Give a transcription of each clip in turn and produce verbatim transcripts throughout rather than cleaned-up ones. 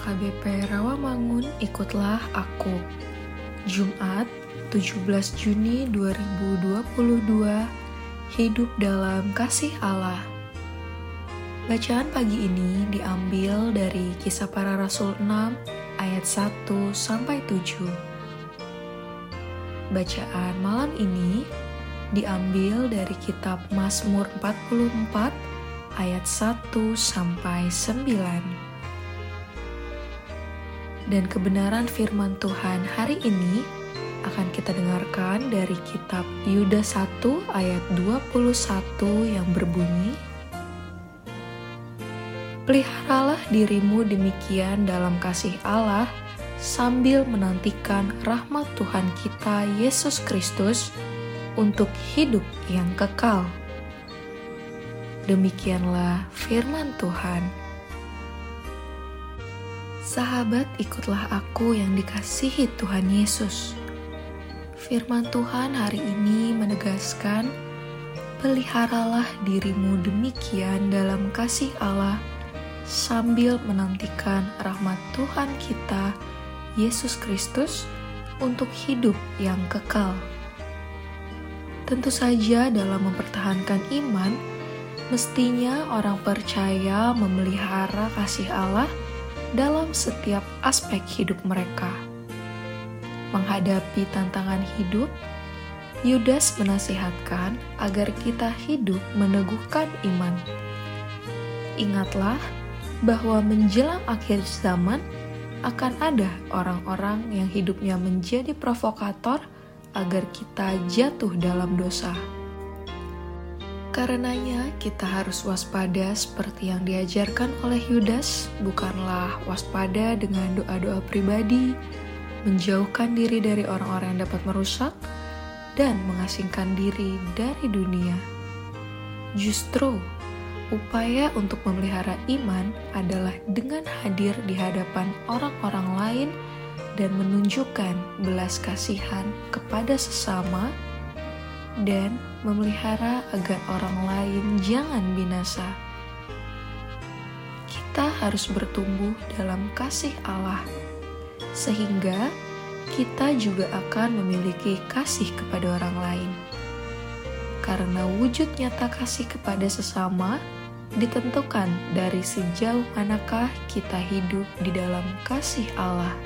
A K B P Rawamangun, ikutlah aku. Jumat, tujuh belas Juni dua ribu dua puluh dua, hidup dalam kasih Allah. Bacaan pagi ini diambil dari Kisah Para Rasul enam ayat satu sampai tujuh. Bacaan malam ini diambil dari kitab Mazmur empat puluh empat ayat satu sampai sembilan. Dan kebenaran firman Tuhan hari ini akan kita dengarkan dari kitab Yudas satu ayat dua puluh satu yang berbunyi, peliharalah dirimu demikian dalam kasih Allah sambil menantikan rahmat Tuhan kita Yesus Kristus untuk hidup yang kekal. Demikianlah firman Tuhan. Sahabat, ikutlah aku yang dikasihi Tuhan Yesus. Firman Tuhan hari ini menegaskan, peliharalah dirimu demikian dalam kasih Allah sambil menantikan rahmat Tuhan kita, Yesus Kristus, untuk hidup yang kekal. Tentu saja dalam mempertahankan iman, mestinya orang percaya memelihara kasih Allah dalam setiap aspek hidup mereka. Menghadapi tantangan hidup, Yudas menasihatkan agar kita hidup meneguhkan iman. Ingatlah bahwa menjelang akhir zaman akan ada orang-orang yang hidupnya menjadi provokator agar kita jatuh dalam dosa. Karenanya kita harus waspada seperti yang diajarkan oleh Yudas, bukanlah waspada dengan doa-doa pribadi, menjauhkan diri dari orang-orang yang dapat merusak, dan mengasingkan diri dari dunia. Justru, upaya untuk memelihara iman adalah dengan hadir di hadapan orang-orang lain dan menunjukkan belas kasihan kepada sesama, dan memelihara agar orang lain jangan binasa. Kita harus bertumbuh dalam kasih Allah, sehingga kita juga akan memiliki kasih kepada orang lain. Karena wujud nyata kasih kepada sesama ditentukan dari sejauh manakah kita hidup di dalam kasih Allah.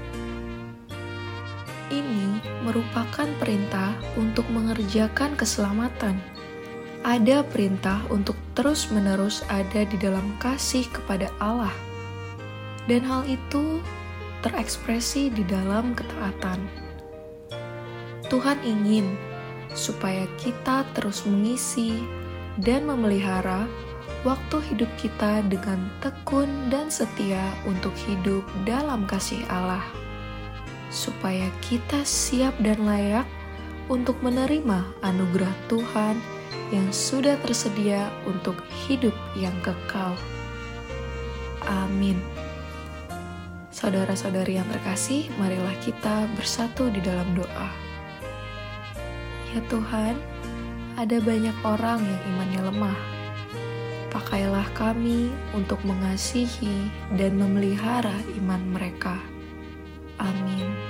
Ini merupakan perintah untuk mengerjakan keselamatan. Ada perintah untuk terus-menerus ada di dalam kasih kepada Allah. Dan hal itu terekspresi di dalam ketaatan. Tuhan ingin supaya kita terus mengisi dan memelihara waktu hidup kita dengan tekun dan setia untuk hidup dalam kasih Allah, supaya kita siap dan layak untuk menerima anugerah Tuhan yang sudah tersedia untuk hidup yang kekal. Amin. Saudara-saudari yang terkasih, marilah kita bersatu di dalam doa. Ya Tuhan, ada banyak orang yang imannya lemah. Pakailah kami untuk mengasihi dan memelihara iman mereka. Amin.